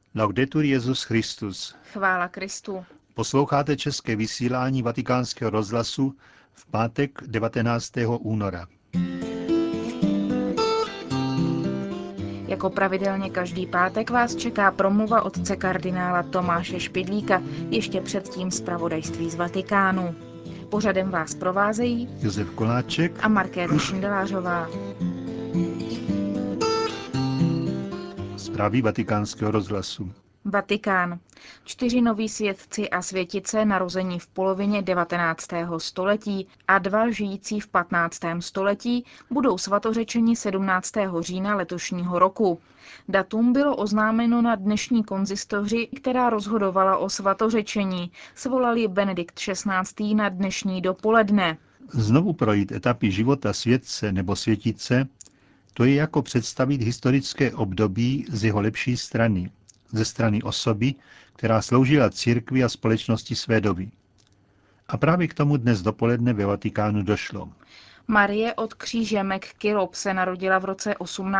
Laudetur Jesus Christus. Chvála Kristu. Posloucháte české vysílání Vatikánského rozhlasu v pátek 19. února. Jako pravidelně každý pátek vás čeká promluva otce kardinála Tomáše Špidlíka, ještě předtím zpravodajství z Vatikánu. Pořadem vás provázejí Josef Koláček a Markéta Šindelářová. Zprávy Vatikánského rozhlasu. Vatikán. 4 noví světci a světice narození v polovině 19. století a 2 žijící v 15. století budou svatořečeni 17. října letošního roku. Datum bylo oznámeno na dnešní konzistoři, která rozhodovala o svatořečení. Svolal ji Benedikt XVI. Na dnešní dopoledne. Znovu projít etapy života světce nebo světice, to je jako představit historické období z jeho lepší strany, ze strany osoby, která sloužila církvi a společnosti své doby. A právě k tomu dnes dopoledne ve Vatikánu došlo. Marie od kříže McKillop se narodila v roce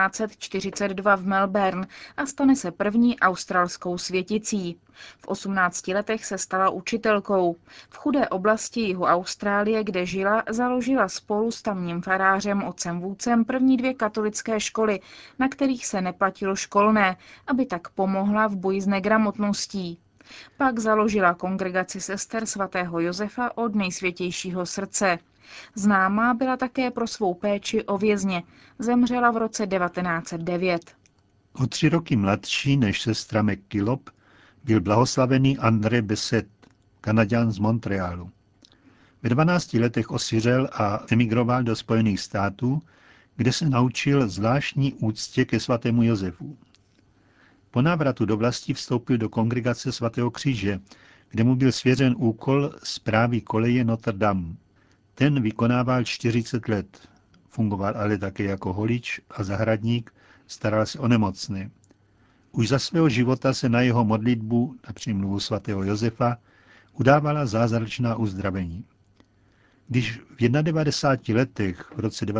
1842 v Melbourne a stane se první australskou světicí. V 18 letech se stala učitelkou. V chudé oblasti jihu Austrálie, kde žila, založila spolu s tamním farářem otcem Woodsem první 2 katolické školy, na kterých se neplatilo školné, aby tak pomohla v boji s negramotností. Pak založila kongregaci sester svatého Josefa od Nejsvětějšího srdce. Známá byla také pro svou péči o vězně. Zemřela v roce 1909. O 3 roky mladší než sestra McKillop byl blahoslavený André Bessette, Kanaďan z Montrealu. Ve 12 letech osiřel a emigroval do Spojených států, kde se naučil zvláštní úctě ke svatému Josefu. Po návratu do vlasti vstoupil do kongregace svatého kříže, kde mu byl svěřen úkol správy koleje Notre Dame. Ten vykonával 40 let. Fungoval ale také jako holič a zahradník, staral se o nemocné. Už za svého života se na jeho modlitbu, na přímluvu svatého Josefa, udávala zázračná uzdravení. Když v 91 letech v roce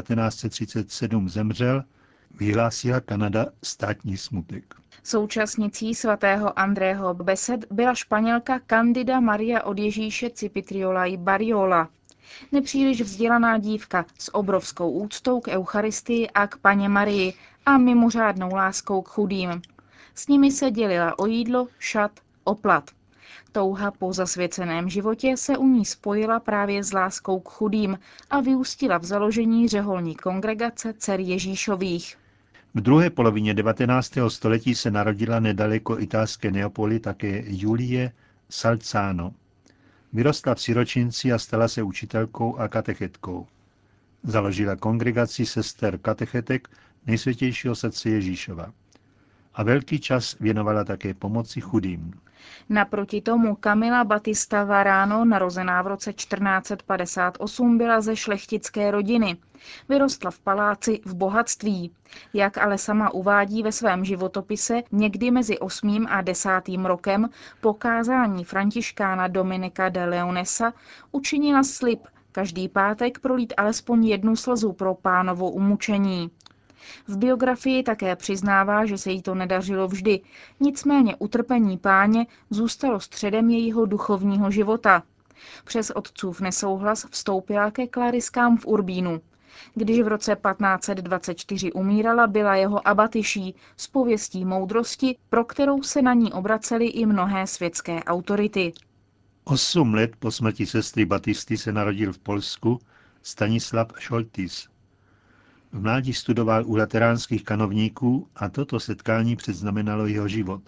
1937 zemřel, vyhlásila Kanada státní smutek. Současnicí svatého Andrého Bessette byla Španělka Candida Maria od Ježíše Cipitriola y Barriola. Nepříliš vzdělaná dívka s obrovskou úctou k Eucharistii a k Panně Marii a mimořádnou láskou k chudým. S nimi se dělila o jídlo, šat, o plat. Touha po zasvěceném životě se u ní spojila právě s láskou k chudým a vyústila v založení řeholní kongregace dcer Ježíšových. V druhé polovině 19. století se narodila nedaleko italské Neapoli také Julie Salzano. Vyrostla v siročinci a stala se učitelkou a katechetkou. Založila kongregaci sester katechetek Nejsvětějšího srdce Ježíšova. A velký čas věnovala také pomoci chudým. Naproti tomu Camila Battista Varano, narozená v roce 1458, byla ze šlechtické rodiny. Vyrostla v paláci v bohatství. Jak ale sama uvádí ve svém životopise, někdy mezi 8. a 10. rokem po kázání františkána Dominika de Leonesa učinila slib každý pátek prolít alespoň 1 slzu pro Pánovo umučení. V biografii také přiznává, že se jí to nedařilo vždy, nicméně utrpení Páně zůstalo středem jejího duchovního života. Přes otcův nesouhlas vstoupila ke klariskám v Urbínu. Když v roce 1524 umírala, byla jeho abatyší s pověstí moudrosti, pro kterou se na ní obracely i mnohé světské autority. 8 let po smrti sestry Batisty se narodil v Polsku Stanislav Šoltis. V mládí studoval u lateránských kanovníků a toto setkání předznamenalo jeho život.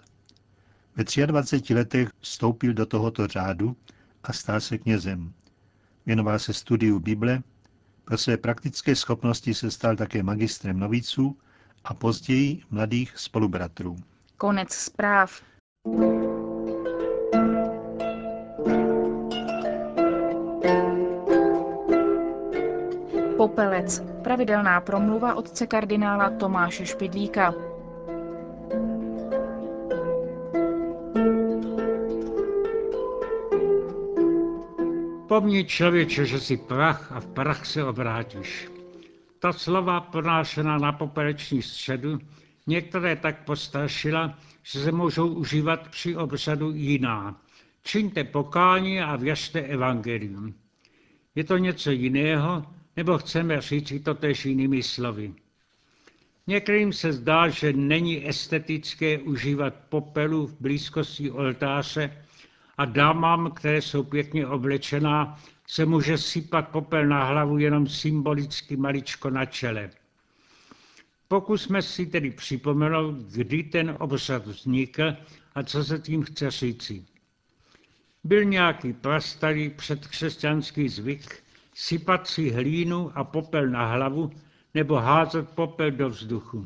Ve 23 letech vstoupil do tohoto řádu a stal se knězem. Věnoval se studiu Bible, pro své praktické schopnosti se stal také magistrem noviců a později mladých spolubratrů. Konec zpráv. Popelec. Pravidelná promluva otce kardinála Tomáše Špidlíka. Pomni, člověče, že jsi prach a v prach se obrátíš. Ta slova pronášená na popeleční středu Některé tak postrašila, že se můžou užívat při obřadu jiná. Čiňte pokání a věřte evangelium. Je to něco jiného, nebo chceme říct to též jinými slovy? Některým se zdá, že není estetické užívat popelu v blízkosti oltáře a dámám, které jsou pěkně oblečená, se může sypat popel na hlavu jenom symbolicky maličko na čele. Pokusme si tedy připomenout, kdy ten obřad vznikl a co se tím chce říci. Byl nějaký prastarý předkřesťanský zvyk sypat si hlínu a popel na hlavu nebo házet popel do vzduchu.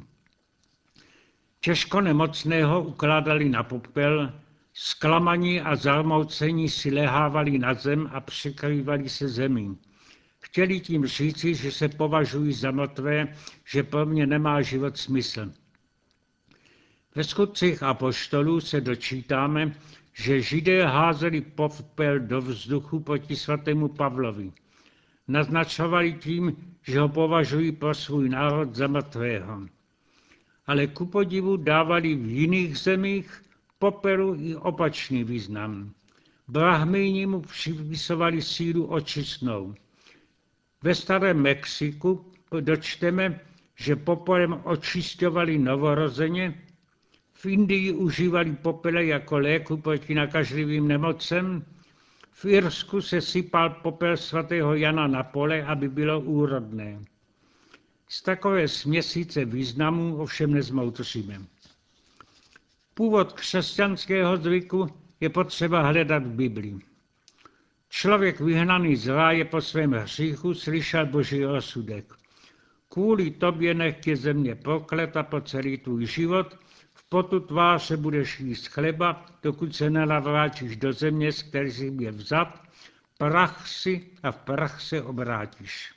Těžko nemocného ukládali na popel, zklamaní a zarmoucení si lehávali na zem a přikrývali se zemí. Chtěli tím říci, že se považují za mrtvé, že pro mě nemá život smysl. Ve Skutcích apoštolů se dočítáme, že Židé házeli popel do vzduchu proti svatému Pavlovi. Naznačovali tím, že ho považují pro svůj národ za mrtvého. Ale ku podivu dávali v jiných zemích popelu i opačný význam. Brahmíni mu připisovali sílu očistnou. Ve starém Mexiku dočteme, že popelem očisťovali novorozeně, v Indii užívali popele jako léku proti nakažlivým nemocem, v Irsku se sypal popel svatého Jana na pole, aby bylo úrodné. Z takové směsice významů ovšem nezmoutříme. Původ křesťanského zvyku je potřeba hledat v Biblii. Člověk vyhnaný z ráje po svém hříchu slyšel Boží rozsudek. Kvůli tobě nech je země prokleta po celý tvůj život, v potu tváře budeš jíst chleba, dokud se nenavrátíš do země, z které jsi byl vzat, prach si a v prach se obrátíš.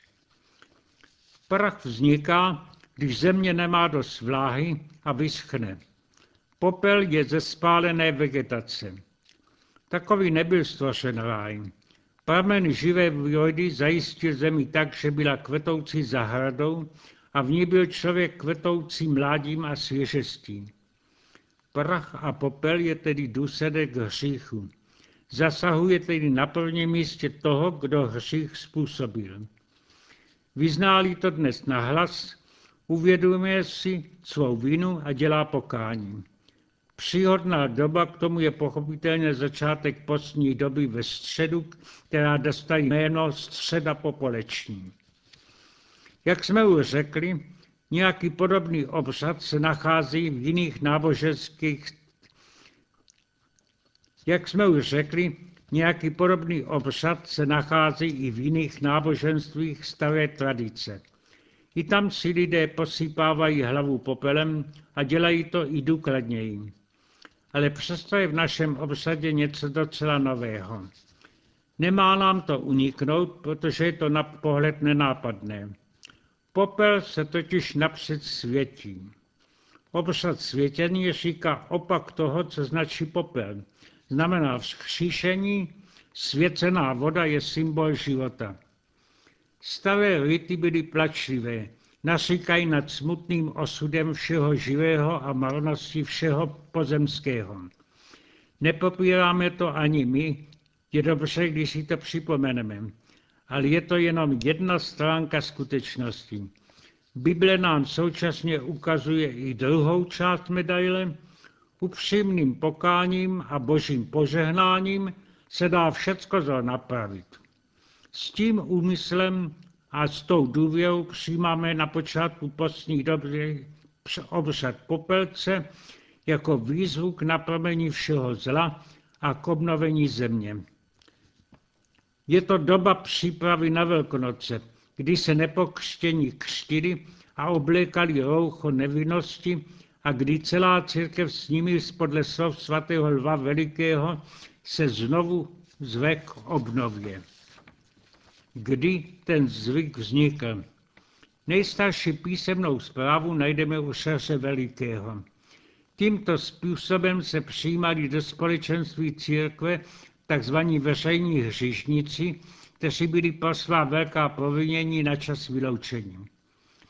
Prach vzniká, když země nemá dost vláhy a vyschne. Popel je ze spálené vegetace. Takový nebyl stvořen ráj. Pramen živé vody zajistil zemi tak, že byla kvetoucí zahradou a v ní byl člověk kvetoucí mládím a svěžestí. Prach a popel je tedy důsledek hříchu. Zasahuje tedy na prvním místě toho, kdo hřích způsobil. Vyzná-li to dnes nahlas, uvědomuje si svou vinu a dělá pokání. Příhodná doba k tomu je pochopitelně začátek postní doby ve středu, která dostala jméno středa popoleční. Jak jsme už řekli, nějaký podobný obřad se nachází v jiných náboženských i v jiných náboženstvích staré tradice. I tam si lidé posypávají hlavu popelem a dělají to i důkladněji. Ale přesto je v našem obřadě něco docela nového. Nemá nám to uniknout, protože je to na pohled nenápadné. Popel se totiž napřed světí. Obřad světění říká opak toho, co značí popel. Znamená vzkříšení, svěcená voda je symbol života. Staré rity byly plačlivé, naříkají nad smutným osudem všeho živého a marností všeho pozemského. Nepopíráme to ani my, je dobře, když si to připomeneme, ale je to jenom jedna stránka skutečnosti. Bible nám současně ukazuje i druhou část medaile. Upřímným pokáním a božím požehnáním se dá všecko zlo napravit. S tím úmyslem a s tou důvěrou přijímáme na počátku postní doby obřad popelce jako výzvu k napravení všeho zla a k obnovení země. Je to doba přípravy na Velkonoce, kdy se nepokřtění křtili a oblékali roucho nevinnosti a kdy celá církev s nimi podle slov svatého Lva Velikého se znovu zve k obnově. Kdy ten zvyk vznikl? Nejstarší písemnou zprávu najdeme u Šerše Velikého. Tímto způsobem se přijímali do společenství církve takzvaní veřejní hříšníci, kteří byli pro svá velká provinění na čas vyloučení.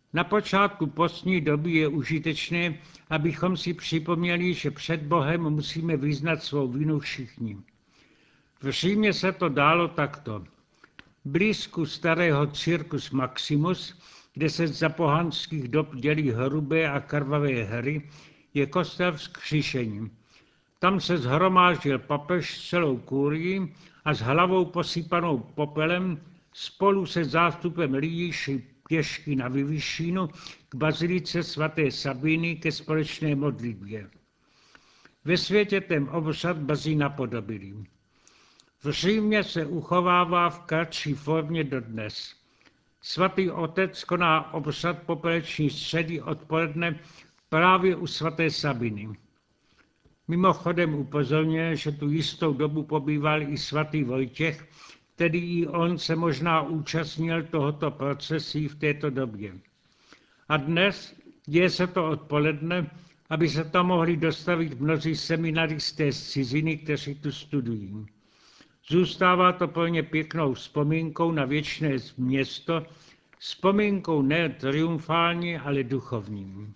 Na počátku postní doby je užitečné, abychom si připomněli, že před Bohem musíme vyznat svou vinu všichni. V Římě se to dálo takto. Blízku starého Circus Maximus, kde se za pohanských dob dělí hrubé a krvavé hry, je kostel Vzkříšení. Tam se shromáždil papež s celou kurií a s hlavou posypanou popelem spolu se zástupem lidí šli pěšky na Vyvyšínu k bazilice svaté Sabiny ke společné modlitbě. Ve světě ten obřad brzy napodobili. V Římě se uchovává v kratší formě dodnes. Svatý otec koná obřad popeleční středy odpoledne právě u svaté Sabiny. Mimochodem upozorňuje, že tu jistou dobu pobýval i svatý Vojtěch, tedy i on se možná účastnil tohoto procesí v této době. A dnes děje se to odpoledne, aby se tam mohli dostavit mnozí seminaristé z ciziny, kteří tu studují. Zůstává to pro ně pěknou vzpomínkou na věčné město, vzpomínkou ne triumfální, ale duchovní.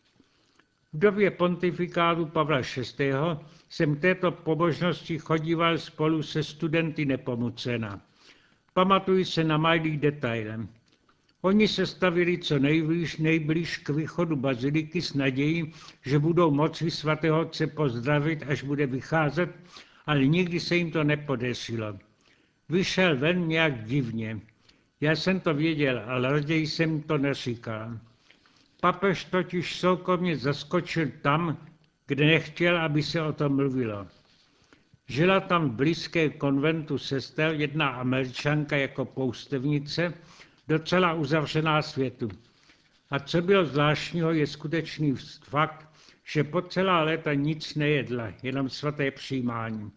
V době pontifikátu Pavla VI. Jsem k této pobožnosti chodíval spolu se studenty Nepomucena. Pamatuji se na malý detail. Oni se stavili co nejblíž k východu baziliky s nadějí, že budou moci svatého otce pozdravit, až bude vycházet, ale nikdy se jim to nepodařilo. Vyšel ven nějak divně. Já jsem to věděl, ale raději jsem to neříkal. Papež totiž soukromně zaskočil tam, kde nechtěl, aby se o tom mluvilo. Žila tam v blízké konventu sester jedna Američanka jako poustevnice, docela uzavřená světu. A co bylo zvláštního, je skutečný fakt, že po celá léta nic nejedla, jenom svaté přijímání,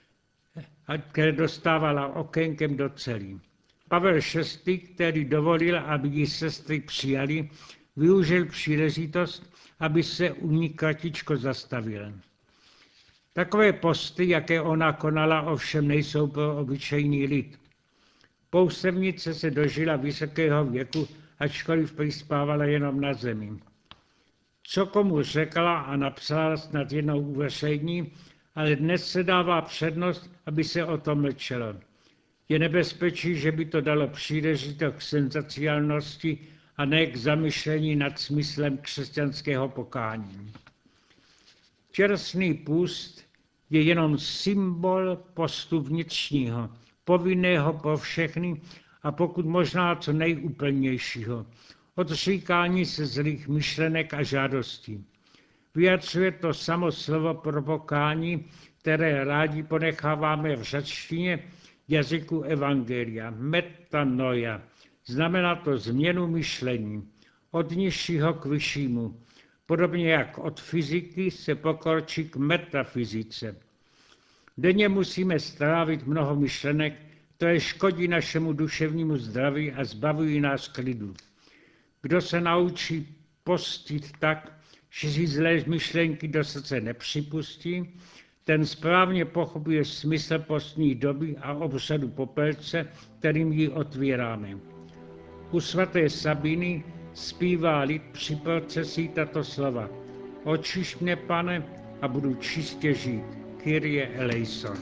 které dostávala okénkem do celý. Pavel VI., který dovolil, aby ji sestry přijali, využil příležitost, aby se u ní kratičko zastavil. Takové posty, jaké ona konala, ovšem nejsou pro obyčejný lid. Poustevnice se dožila vysokého věku, ačkoliv přispávala jenom na zemi. Co komu řekla a napsala snad jednou uveřejní, ale dnes se dává přednost, aby se o tom mlčelo. Je nebezpečí, že by to dalo příležitost k senzacionálnosti a ne k zamyšlení nad smyslem křesťanského pokání. Čerstný půst je jenom symbol postu vnitřního, povinného pro všechny a pokud možná co nejúplnějšího, odříkání se zlých myšlenek a žádostí. Vyjadřuje to samo slovo pro pokání, které rádi ponecháváme v řečtině, jazyku evangelia, metanoia. Znamená to změnu myšlení, od nižšího k vyššímu. Podobně jak od fyziky se pokročí k metafyzice. Denně musíme strávit mnoho myšlenek, které škodí našemu duševnímu zdraví a zbavují nás klidu. Kdo se naučí postit tak, že si zlé myšlenky do srdce nepřipustí, ten správně pochopuje smysl postní doby a obřadu popelce, kterým ji otvíráme. U svaté Sabiny zpívá lid při procesí tato slova. Očiš mě, Pane, a budu čistě žít. Kyrie eleison.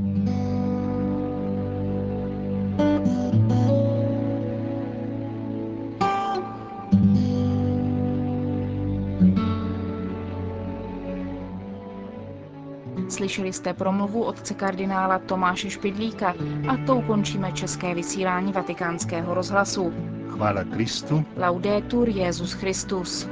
Slyšeli jste promluvu otce kardinála Tomáše Špidlíka a tou končíme české vysílání Vatikánského rozhlasu. Chvála Kristu. Laudetur Jesus Christus.